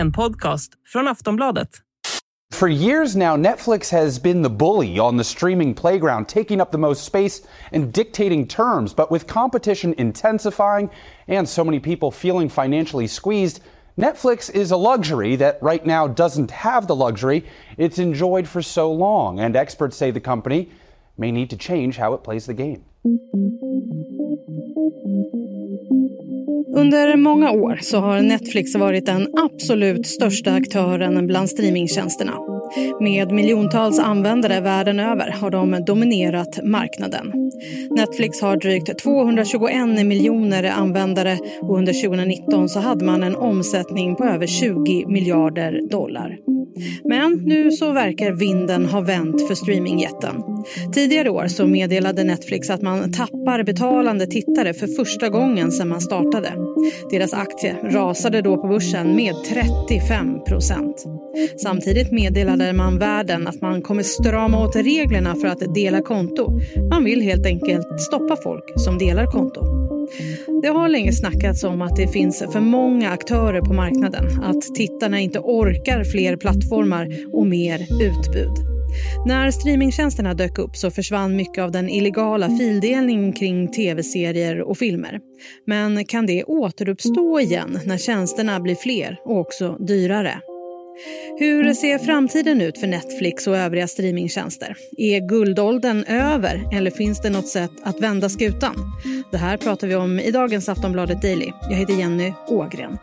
En podcast från Aftonbladet. For years now, Netflix has been the bully on the streaming playground, taking up the most space and dictating terms. But with competition intensifying and so many people feeling financially squeezed, Netflix is a luxury that right now doesn't have the luxury it's enjoyed for so long. And experts say the company may need to change how it plays the game. Under många år så har Netflix varit den absolut största aktören bland streamingtjänsterna. Med miljontals användare världen över har de dominerat marknaden. Netflix har drygt 221 miljoner användare och under 2019 så hade man en omsättning på över 20 miljarder dollar. Men nu så verkar vinden ha vänt för streamingjätten. Tidigare år så meddelade Netflix att man tappar betalande tittare för första gången sedan man startade. Deras aktie rasade då på börsen med 35%. Samtidigt meddelade man världen att man kommer strama åt reglerna för att dela konto. Man vill helt enkelt stoppa folk som delar konto. Det har länge snackats om att det finns för många aktörer på marknaden, att tittarna inte orkar fler plattformar och mer utbud. När streamingtjänsterna dök upp så försvann mycket av den illegala fildelningen kring tv-serier och filmer. Men kan det återuppstå igen när tjänsterna blir fler och också dyrare? Hur ser framtiden ut för Netflix och övriga streamingtjänster? Är guldåldern över eller finns det något sätt att vända skutan? Det här pratar vi om i dagens Aftonbladet Daily. Jag heter Jenny Ågren.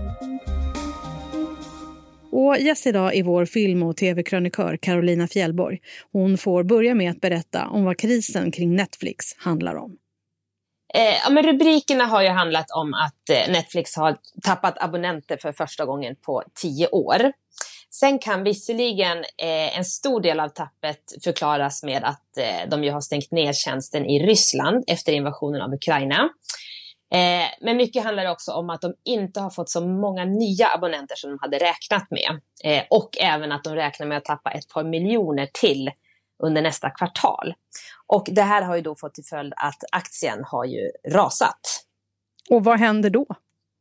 Och gäst idag är vår film- och tv-krönikör Carolina Fjällborg. Hon får börja med att berätta om vad krisen kring Netflix handlar om. Men rubrikerna har ju handlat om att Netflix har tappat abonnenter för första gången på 10 år. Sen kan visserligen en stor del av tappet förklaras med att de ju har stängt ner tjänsten i Ryssland efter invasionen av Ukraina. Men mycket handlar också om att de inte har fått så många nya abonnenter som de hade räknat med. Och även att de räknar med att tappa ett par miljoner till under nästa kvartal. Och det här har ju då fått till följd att aktien har ju rasat. Och vad händer då?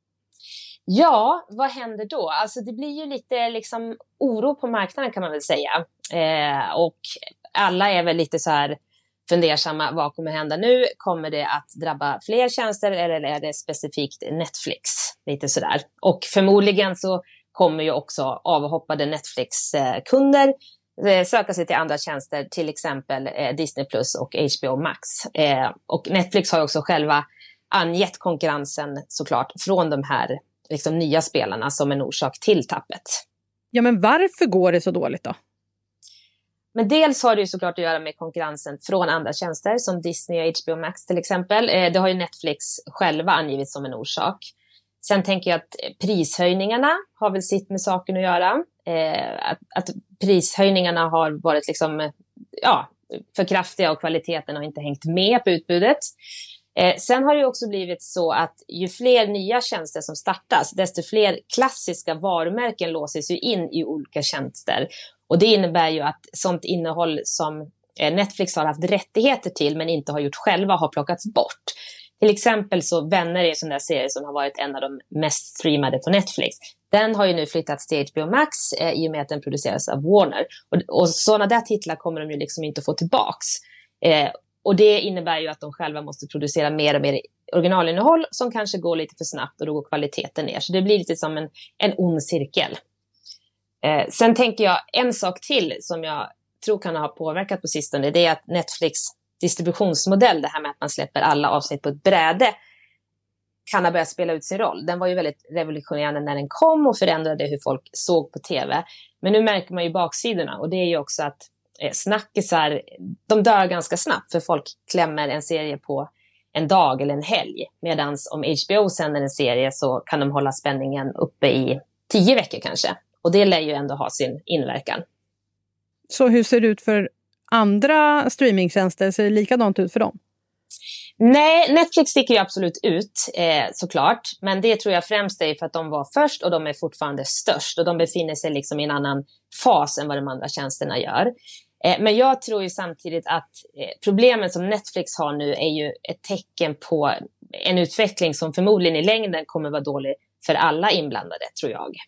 Ja, vad händer då? Alltså det blir ju lite liksom oro på marknaden kan man väl säga. Och alla är väl lite så här fundersamma, vad kommer hända nu? Kommer det att drabba fler tjänster eller är det specifikt Netflix? Lite sådär. Och förmodligen så kommer ju också avhoppade Netflix-kunder söka sig till andra tjänster, till exempel Disney Plus och HBO Max. Och Netflix har också själva angett konkurrensen såklart från de här liksom, nya spelarna som en orsak till tappet. Ja, men varför går det så dåligt då? Men dels har det ju såklart att göra med konkurrensen från andra tjänster som Disney och HBO Max till exempel. Det har ju Netflix själva angivit som en orsak. Sen tänker jag att prishöjningarna har väl sitt med saken att göra. Att prishöjningarna har varit liksom, för kraftiga och kvaliteten har inte hängt med på utbudet. Sen har det ju också blivit så att ju fler nya tjänster som startas, desto fler klassiska varumärken låses ju in i olika tjänster. Och det innebär ju att sånt innehåll som Netflix har haft rättigheter till men inte har gjort själva har plockats bort. Till exempel så Vänner är en sån där serie som har varit en av de mest streamade på Netflix. Den har ju nu flyttats till HBO Max i och med att den produceras av Warner. Och sådana där titlar kommer de ju liksom inte få tillbaks. Och det innebär ju att de själva måste producera mer och mer originalinnehåll som kanske går lite för snabbt och då går kvaliteten ner. Så det blir lite som en ond cirkel. Sen tänker jag en sak till som jag tror kan ha påverkat på sistone. Det är att Netflix distributionsmodell, det här med att man släpper alla avsnitt på ett bräde, kan ha börjat spela ut sin roll. Den var ju väldigt revolutionerande när den kom och förändrade hur folk såg på tv. Men nu märker man ju baksidorna och det är ju också att snackisar, de dör ganska snabbt för folk klämmer en serie på en dag eller en helg. Medan om HBO sänder en serie så kan de hålla spänningen uppe i 10 veckor kanske. Och det lär ju ändå ha sin inverkan. Så hur ser det ut för andra streamingtjänster? Ser det likadant ut för dem? Nej, Netflix sticker ju absolut ut såklart. Men det tror jag främst är för att de var först och de är fortfarande störst. Och de befinner sig liksom i en annan fas än vad de andra tjänsterna gör. Men jag tror ju samtidigt att problemen som Netflix har nu är ju ett tecken på en utveckling som förmodligen i längden kommer vara dålig för alla inblandade, tror jag.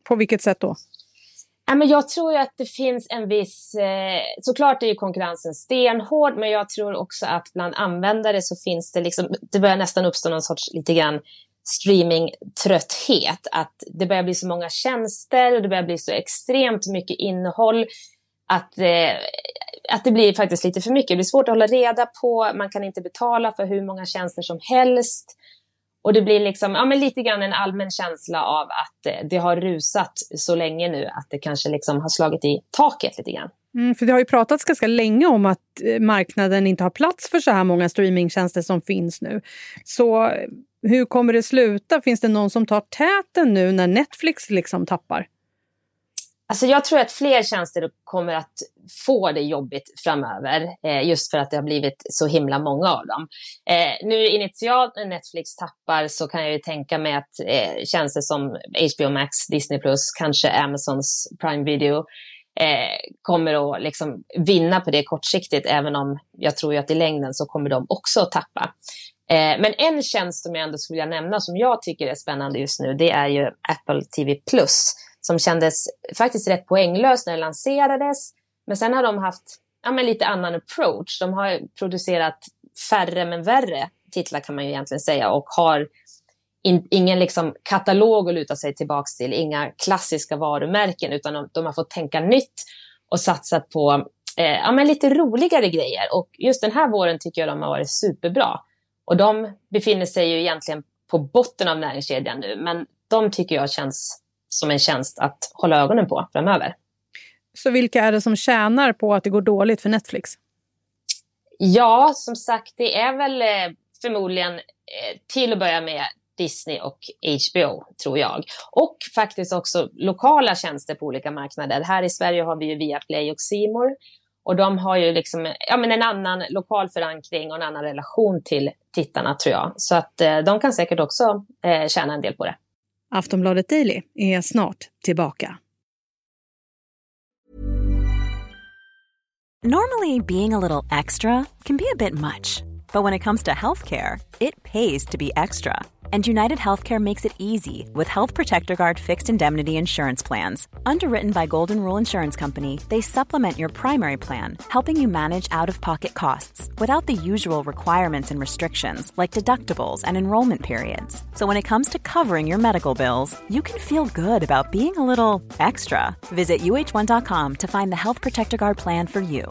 På vilket sätt då? Ja, men jag tror ju att det finns en viss... såklart är ju konkurrensen stenhård, men jag tror också att bland användare så finns det liksom... Det börjar nästan uppstå någon sorts lite grann streamingtrötthet. Att det börjar bli så många tjänster och det börjar bli så extremt mycket innehåll att det blir faktiskt lite för mycket. Det blir svårt att hålla reda på, man kan inte betala för hur många tjänster som helst. Och det blir liksom, ja, men lite grann en allmän känsla av att det har rusat så länge nu att det kanske liksom har slagit i taket lite grann. För det har ju pratats ganska länge om att marknaden inte har plats för så här många streamingtjänster som finns nu. Så hur kommer det sluta? Finns det någon som tar täten nu när Netflix liksom tappar? Alltså jag tror att fler tjänster kommer att få det jobbigt framöver. Just för att det har blivit så himla många av dem. Nu initialt när Netflix tappar så kan jag ju tänka mig att tjänster som HBO Max, Disney+, kanske Amazons Prime Video kommer att liksom vinna på det kortsiktigt. Även om jag tror ju att i längden så kommer de också att tappa. Men en tjänst som jag ändå skulle vilja nämna som jag tycker är spännande just nu, det är ju Apple TV+. Som kändes faktiskt rätt poänglös när det lanserades. Men sen har de haft lite annan approach. De har producerat färre men värre titlar kan man ju egentligen säga. Och har ingen liksom katalog att luta sig tillbaka till. Inga klassiska varumärken utan de har fått tänka nytt. Och satsat på lite roligare grejer. Och just den här våren tycker jag de har varit superbra. Och de befinner sig ju egentligen på botten av näringskedjan nu. Men de tycker jag känns som en tjänst att hålla ögonen på framöver. Så vilka är det som tjänar på att det går dåligt för Netflix? Ja, som sagt, det är väl förmodligen till att börja med Disney och HBO, tror jag. Och faktiskt också lokala tjänster på olika marknader. Här i Sverige har vi ju Viaplay och C More. Och de har ju liksom en annan lokal förankring och en annan relation till tittarna, tror jag. Så att de kan säkert också tjäna en del på det. Aftonbladet Daily är snart tillbaka. Normally, being a little extra can be a bit much. But when it comes to healthcare, it pays to be extra. And United Healthcare makes it easy with Health Protector Guard fixed indemnity insurance plans. Underwritten by Golden Rule Insurance Company, they supplement your primary plan, helping you manage out-of-pocket costs without the usual requirements and restrictions like deductibles and enrollment periods. So when it comes to covering your medical bills, you can feel good about being a little extra. Visit uh1.com to find the Health Protector Guard plan for you.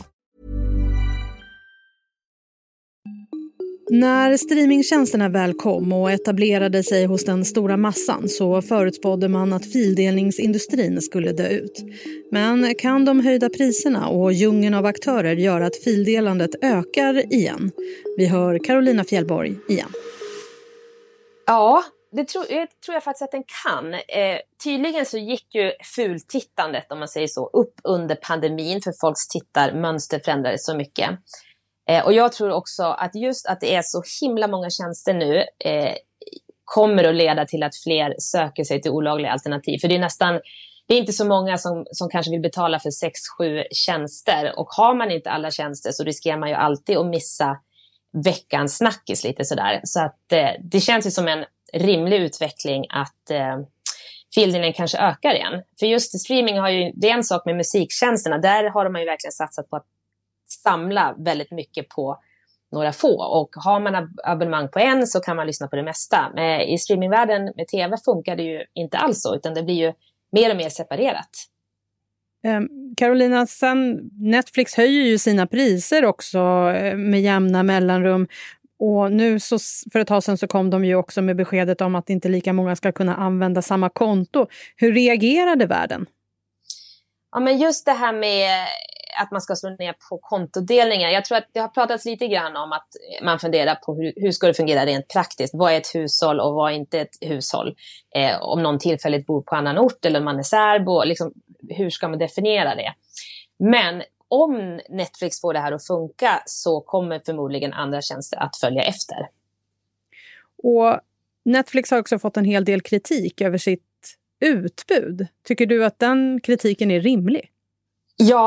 När streamingtjänsterna väl kom och etablerade sig hos den stora massan så förutspådde man att fildelningsindustrin skulle dö ut. Men kan de höjda priserna och djungeln av aktörer göra att fildelandet ökar igen? Vi hör Carolina Fjällborg igen. Ja, det tror jag faktiskt att den kan. Tydligen så gick ju fultittandet, om man säger så, upp under pandemin för folks tittarmönster förändrades så mycket. Och jag tror också att just att det är så himla många tjänster nu kommer att leda till att fler söker sig till olagliga alternativ. För det är inte så många som kanske vill betala för 6-7 tjänster. Och har man inte alla tjänster så riskerar man ju alltid att missa veckans snackis lite sådär. Så att det känns ju som en rimlig utveckling att fildelningen kanske ökar igen. För just streaming det är en sak med musiktjänsterna. Där har man ju verkligen satsat på att samla väldigt mycket på några få. Och har man abonnemang på en så kan man lyssna på det mesta. Men i streamingvärlden med tv funkar det ju inte alls så. Utan det blir ju mer och mer separerat. Carolina, sen Netflix höjer ju sina priser också med jämna mellanrum. Och nu så, för ett tag sedan så kom de ju också med beskedet om att inte lika många ska kunna använda samma konto. Hur reagerade världen? Ja, men just det här med att man ska slå ner på kontodelningar. Jag tror att det har pratats lite grann om att man funderar på hur ska det fungera rent praktiskt. Vad är ett hushåll och vad är inte ett hushåll? Om någon tillfälligt bor på annan ort eller man är särbo. Liksom, hur ska man definiera det? Men om Netflix får det här att funka så kommer förmodligen andra tjänster att följa efter. Och Netflix har också fått en hel del kritik över sitt utbud. Tycker du att den kritiken är rimlig? Ja,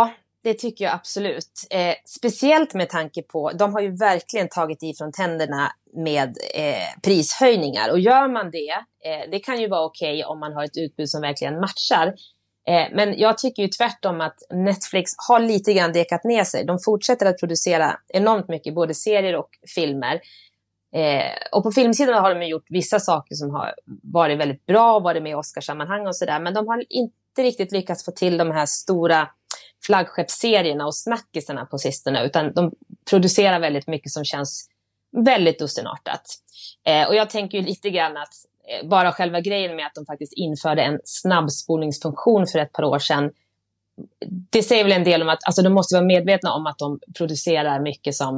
det tycker jag absolut. Speciellt med tanke på, de har ju verkligen tagit ifrån tänderna med prishöjningar. Och gör man det kan ju vara okej om man har ett utbud som verkligen matchar. Men jag tycker ju tvärtom att Netflix har lite grann dekat ner sig. De fortsätter att producera enormt mycket, både serier och filmer. Och på filmsidan har de gjort vissa saker som har varit väldigt bra, varit med i Oscarssammanhang och sådär. Men de har inte riktigt lyckats få till de här stora flaggskeppsserierna och snackisarna på sistone. Utan de producerar väldigt mycket som känns väldigt dussinartat. Och jag tänker ju lite grann att bara själva grejen med att de faktiskt införde en snabbspolningsfunktion för ett par år sedan. Det säger väl en del om att alltså, de måste vara medvetna om att de producerar mycket som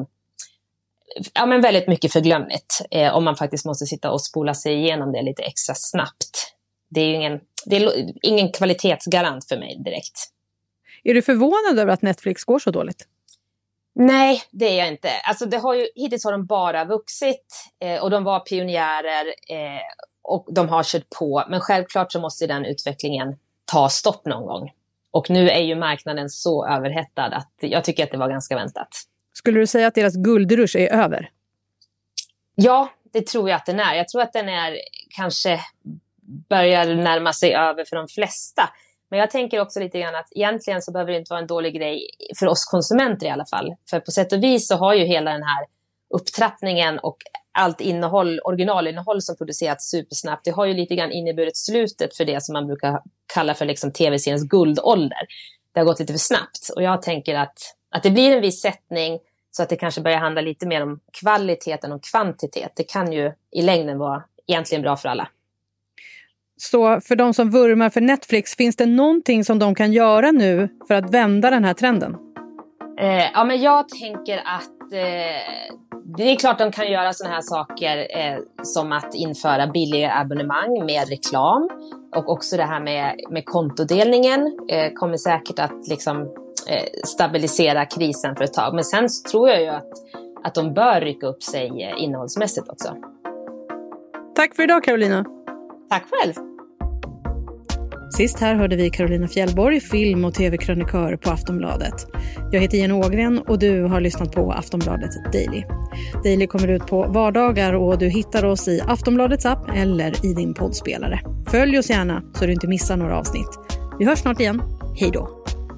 men väldigt mycket förglömligt. Om man faktiskt måste sitta och spola sig igenom det lite extra snabbt. Det är ingen kvalitetsgarant för mig direkt. Är du förvånad över att Netflix går så dåligt? Nej, det är jag inte. Alltså hittills har de bara vuxit och de var pionjärer och de har kört på. Men självklart så måste den utvecklingen ta stopp någon gång. Och nu är ju marknaden så överhettad att jag tycker att det var ganska väntat. Skulle du säga att deras guldrush är över? Ja, det tror jag att den är. Jag tror att den kanske börjar närma sig över för de flesta. Men jag tänker också lite grann att egentligen så behöver det inte vara en dålig grej för oss konsumenter i alla fall. För på sätt och vis så har ju hela den här upptrappningen och allt innehåll, originalinnehåll som producerats supersnabbt, det har ju lite grann inneburit slutet för det som man brukar kalla för liksom tv-seriens guldålder. Det har gått lite för snabbt och jag tänker att det blir en viss sättning så att det kanske börjar handla lite mer om kvalitet än om kvantitet. Det kan ju i längden vara egentligen bra för alla. Så för de som vurmar för Netflix, finns det någonting som de kan göra nu för att vända den här trenden? Ja, men jag tänker att det är klart de kan göra såna här saker som att införa billiga abonnemang med reklam. Och också det här med kontodelningen kommer säkert att liksom, stabilisera krisen för ett tag. Men sen tror jag ju att de bör rycka upp sig innehållsmässigt också. Tack för idag, Carolina. Tack själv. Sist här hörde vi Carolina Fjällborg, film- och tv-krönikör på Aftonbladet. Jag heter Jenny Ågren och du har lyssnat på Aftonbladet Daily. Daily kommer ut på vardagar och du hittar oss i Aftonbladets app eller i din poddspelare. Följ oss gärna så du inte missar några avsnitt. Vi hörs snart igen. Hej då!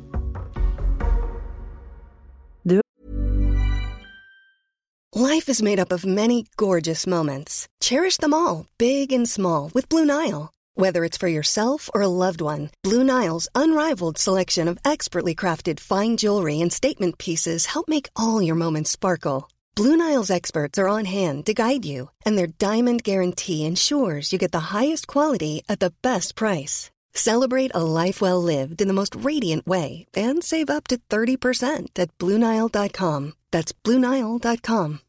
Life is made up of many gorgeous moments. Cherish them all, big and small, with Blue Nile. Whether it's for yourself or a loved one, Blue Nile's unrivaled selection of expertly crafted fine jewelry and statement pieces help make all your moments sparkle. Blue Nile's experts are on hand to guide you, and their diamond guarantee ensures you get the highest quality at the best price. Celebrate a life well lived in the most radiant way and save up to 30% at BlueNile.com. That's BlueNile.com.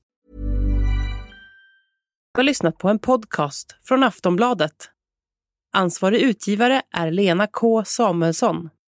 Du har lyssnat på en podcast från Aftonbladet. Ansvarig utgivare är Lena K. Samuelsson.